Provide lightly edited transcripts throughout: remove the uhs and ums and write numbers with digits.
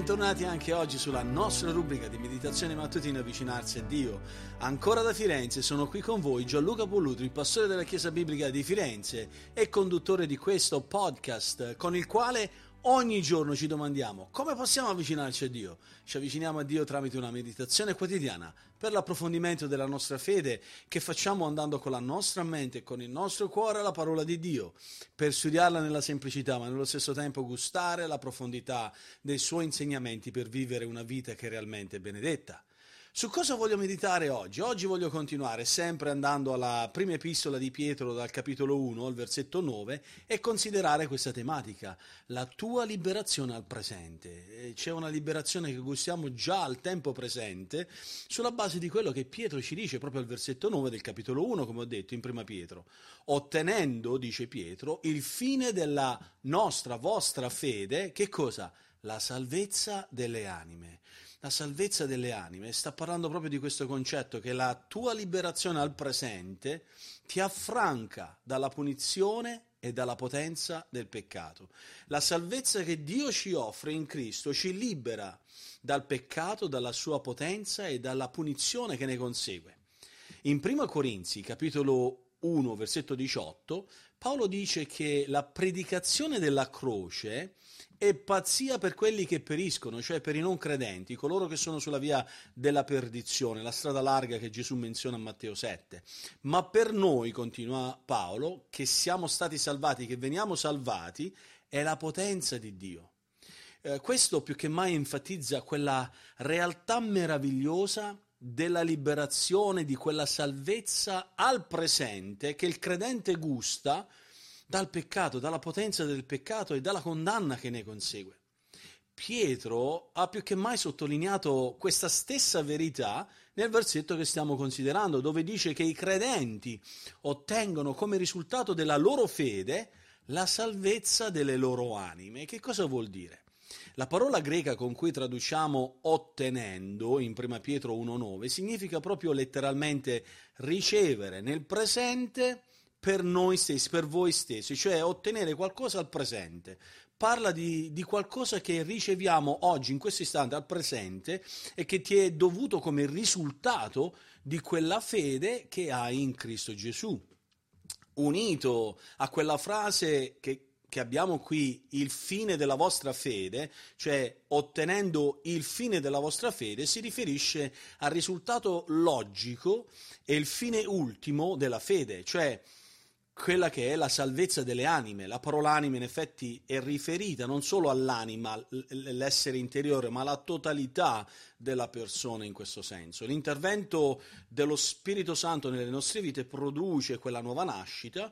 bentornati anche oggi sulla nostra rubrica di meditazione mattutina Avvicinarsi a Dio. Ancora da Firenze sono qui con voi Gianluca Pollutri, il pastore della Chiesa Biblica di Firenze e conduttore di questo podcast con il quale ogni giorno ci domandiamo come possiamo avvicinarci a Dio. Ci avviciniamo a Dio tramite una meditazione quotidiana per l'approfondimento della nostra fede che facciamo andando con la nostra mente e con il nostro cuore alla parola di Dio, per studiarla nella semplicità ma nello stesso tempo gustare la profondità dei suoi insegnamenti per vivere una vita che è realmente benedetta. Su cosa voglio meditare oggi? Oggi voglio continuare sempre andando alla prima epistola di Pietro dal capitolo 1 al versetto 9 e considerare questa tematica, la tua liberazione al presente. C'è una liberazione che gustiamo già al tempo presente sulla base di quello che Pietro ci dice proprio al versetto 9 del capitolo 1, come ho detto in prima Pietro, ottenendo, dice Pietro, il fine della vostra fede, che cosa? La salvezza delle anime. La salvezza delle anime sta parlando proprio di questo concetto che la tua liberazione al presente ti affranca dalla punizione e dalla potenza del peccato. La salvezza che Dio ci offre in Cristo ci libera dal peccato, dalla sua potenza e dalla punizione che ne consegue. In 1 Corinzi, capitolo 1, versetto 18, Paolo dice che la predicazione della croce è pazzia per quelli che periscono, cioè per i non credenti, coloro che sono sulla via della perdizione, la strada larga che Gesù menziona a Matteo 7. Ma per noi, continua Paolo, che siamo stati salvati, che veniamo salvati, è la potenza di Dio. Questo più che mai enfatizza quella realtà meravigliosa della liberazione, di quella salvezza al presente che il credente gusta dal peccato, dalla potenza del peccato e dalla condanna che ne consegue. Pietro ha più che mai sottolineato questa stessa verità nel versetto che stiamo considerando, dove dice che i credenti ottengono come risultato della loro fede la salvezza delle loro anime. Che cosa vuol dire? La parola greca con cui traduciamo ottenendo in 1 Pietro 1,9 significa proprio letteralmente ricevere nel presente per noi stessi, per voi stessi, cioè ottenere qualcosa al presente. Parla di qualcosa che riceviamo oggi, in questo istante, al presente, e che ti è dovuto come risultato di quella fede che hai in Cristo Gesù. Unito a quella frase che abbiamo qui, il fine della vostra fede, cioè ottenendo il fine della vostra fede, si riferisce al risultato logico e il fine ultimo della fede, cioè quella che è la salvezza delle anime. La parola anima in effetti è riferita non solo all'anima, l'essere interiore, ma alla totalità della persona in questo senso. L'intervento dello Spirito Santo nelle nostre vite produce quella nuova nascita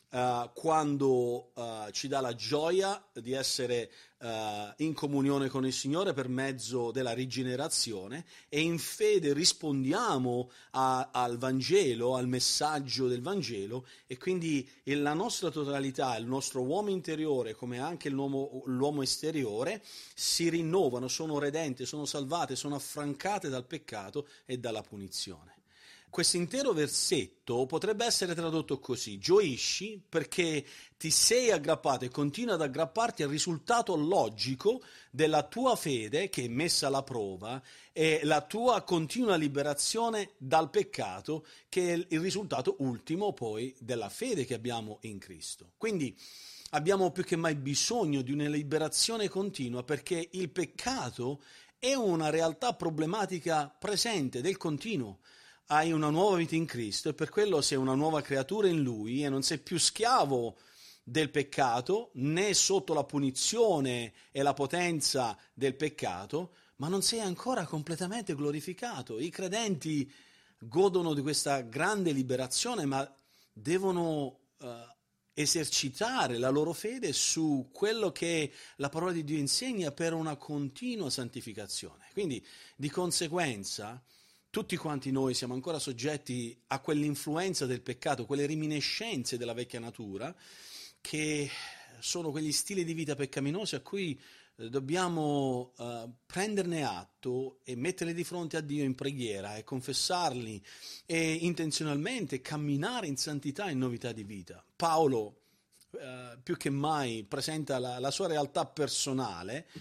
quando ci dà la gioia di essere in comunione con il Signore per mezzo della rigenerazione e in fede rispondiamo al Vangelo, al messaggio del Vangelo, e quindi la nostra totalità, il nostro uomo interiore come anche l'uomo esteriore si rinnovano, sono redente, sono salvate, sono affrancate dal peccato e dalla punizione. Questo intero versetto potrebbe essere tradotto così: gioisci perché ti sei aggrappato e continui ad aggrapparti al risultato logico della tua fede che è messa alla prova e la tua continua liberazione dal peccato che è il risultato ultimo poi della fede che abbiamo in Cristo. Quindi abbiamo più che mai bisogno di una liberazione continua perché il peccato è una realtà problematica presente, del continuo. Hai una nuova vita in Cristo e per quello sei una nuova creatura in Lui e non sei più schiavo del peccato, né sotto la punizione e la potenza del peccato, ma non sei ancora completamente glorificato. I credenti godono di questa grande liberazione, ma devono esercitare la loro fede su quello che la parola di Dio insegna per una continua santificazione. Quindi, di conseguenza, tutti quanti noi siamo ancora soggetti a quell'influenza del peccato, quelle riminiscenze della vecchia natura, che sono quegli stili di vita peccaminosi a cui dobbiamo prenderne atto e metterli di fronte a Dio in preghiera e confessarli e intenzionalmente camminare in santità e in novità di vita. Paolo più che mai presenta la sua realtà personale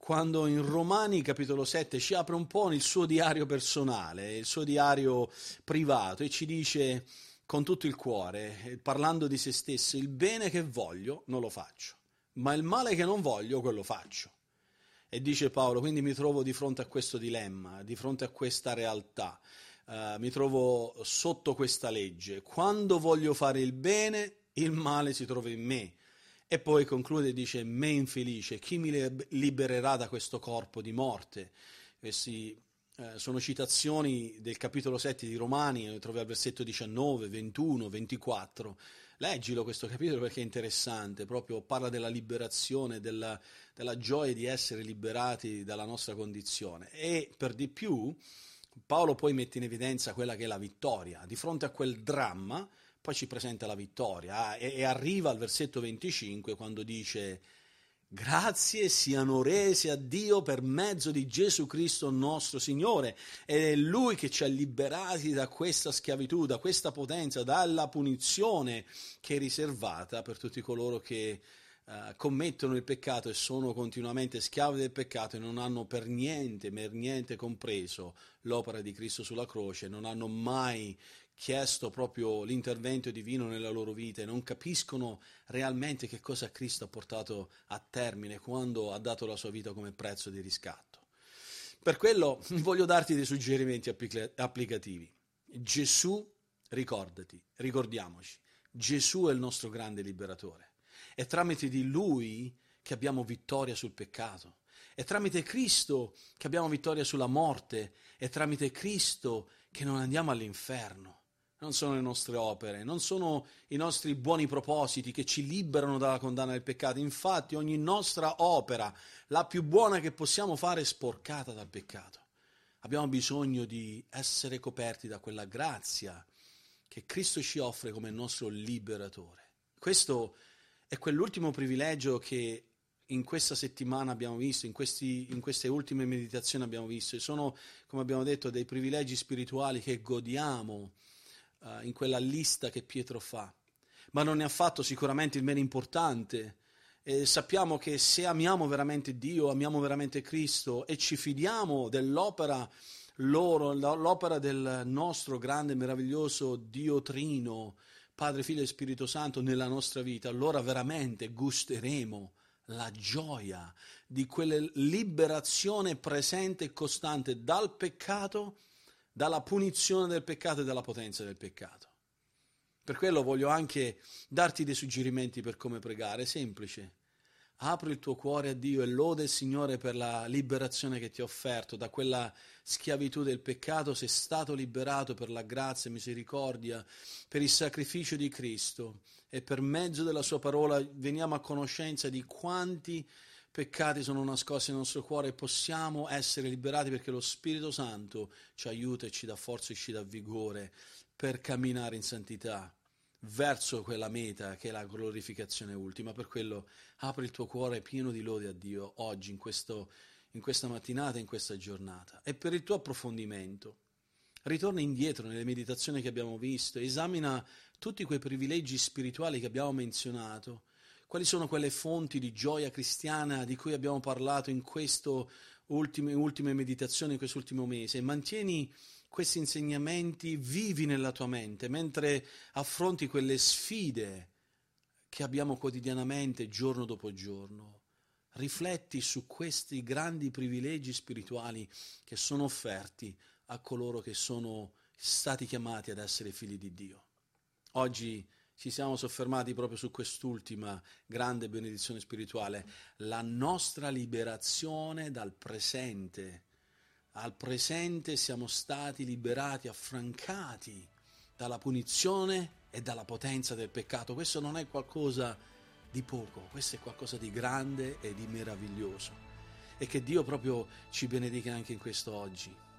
quando in Romani capitolo 7 ci apre un po' il suo diario personale, il suo diario privato, e ci dice con tutto il cuore, parlando di se stesso: il bene che voglio non lo faccio, ma il male che non voglio quello faccio. E dice Paolo: quindi mi trovo di fronte a questo dilemma, di fronte a questa realtà, mi trovo sotto questa legge. Quando voglio fare il bene, il male si trova in me. E poi conclude e dice: me infelice, chi mi libererà da questo corpo di morte? Questi sono citazioni del capitolo 7 di Romani, trovi al versetto 19, 21, 24. Leggilo questo capitolo perché è interessante, proprio parla della liberazione, della gioia di essere liberati dalla nostra condizione. E per di più Paolo poi mette in evidenza quella che è la vittoria. Di fronte a quel dramma poi ci presenta la vittoria, e arriva al versetto 25 quando dice: grazie siano rese a Dio per mezzo di Gesù Cristo nostro Signore. Ed è Lui che ci ha liberati da questa schiavitù, da questa potenza, dalla punizione che è riservata per tutti coloro che commettono il peccato e sono continuamente schiavi del peccato e non hanno per niente compreso l'opera di Cristo sulla croce, non hanno mai chiesto proprio l'intervento divino nella loro vita e non capiscono realmente che cosa Cristo ha portato a termine quando ha dato la sua vita come prezzo di riscatto. Per quello voglio darti dei suggerimenti applicativi. Gesù, ricordiamoci, Gesù è il nostro grande liberatore. È tramite di Lui che abbiamo vittoria sul peccato. È tramite Cristo che abbiamo vittoria sulla morte. È tramite Cristo che non andiamo all'inferno. Non sono le nostre opere, non sono i nostri buoni propositi che ci liberano dalla condanna del peccato. Infatti ogni nostra opera, la più buona che possiamo fare, è sporcata dal peccato. Abbiamo bisogno di essere coperti da quella grazia che Cristo ci offre come nostro liberatore. Questo è quell'ultimo privilegio che in questa settimana abbiamo visto, in queste ultime meditazioni abbiamo visto, e sono, come abbiamo detto, dei privilegi spirituali che godiamo in quella lista che Pietro fa. Ma non è affatto sicuramente il meno importante. Sappiamo che se amiamo veramente Dio, amiamo veramente Cristo e ci fidiamo dell'opera l'opera del nostro grande, meraviglioso Dio Trino, Padre, Figlio e Spirito Santo nella nostra vita, allora veramente gusteremo la gioia di quella liberazione presente e costante dal peccato, dalla punizione del peccato e dalla potenza del peccato. Per quello voglio anche darti dei suggerimenti per come pregare. È semplice. Apri il tuo cuore a Dio e loda il Signore per la liberazione che ti ha offerto da quella schiavitù del peccato. Sei stato liberato per la grazia e misericordia, per il sacrificio di Cristo, e per mezzo della sua parola veniamo a conoscenza di quanti peccati sono nascosti nel nostro cuore e possiamo essere liberati perché lo Spirito Santo ci aiuta e ci dà forza e ci dà vigore per camminare in santità verso quella meta che è la glorificazione ultima. Per quello apri il tuo cuore pieno di lode a Dio oggi, in questa mattinata, in questa giornata. E per il tuo approfondimento ritorna indietro nelle meditazioni che abbiamo visto, esamina tutti quei privilegi spirituali che abbiamo menzionato. Quali sono quelle fonti di gioia cristiana di cui abbiamo parlato in queste ultime meditazioni, in quest'ultimo mese? Mantieni questi insegnamenti vivi nella tua mente mentre affronti quelle sfide che abbiamo quotidianamente, giorno dopo giorno. Rifletti su questi grandi privilegi spirituali che sono offerti a coloro che sono stati chiamati ad essere figli di Dio. Oggi ci siamo soffermati proprio su quest'ultima grande benedizione spirituale, la nostra liberazione dal presente. Al presente siamo stati liberati, affrancati dalla punizione e dalla potenza del peccato. Questo non è qualcosa di poco, questo è qualcosa di grande e di meraviglioso. E che Dio proprio ci benedica anche in questo oggi.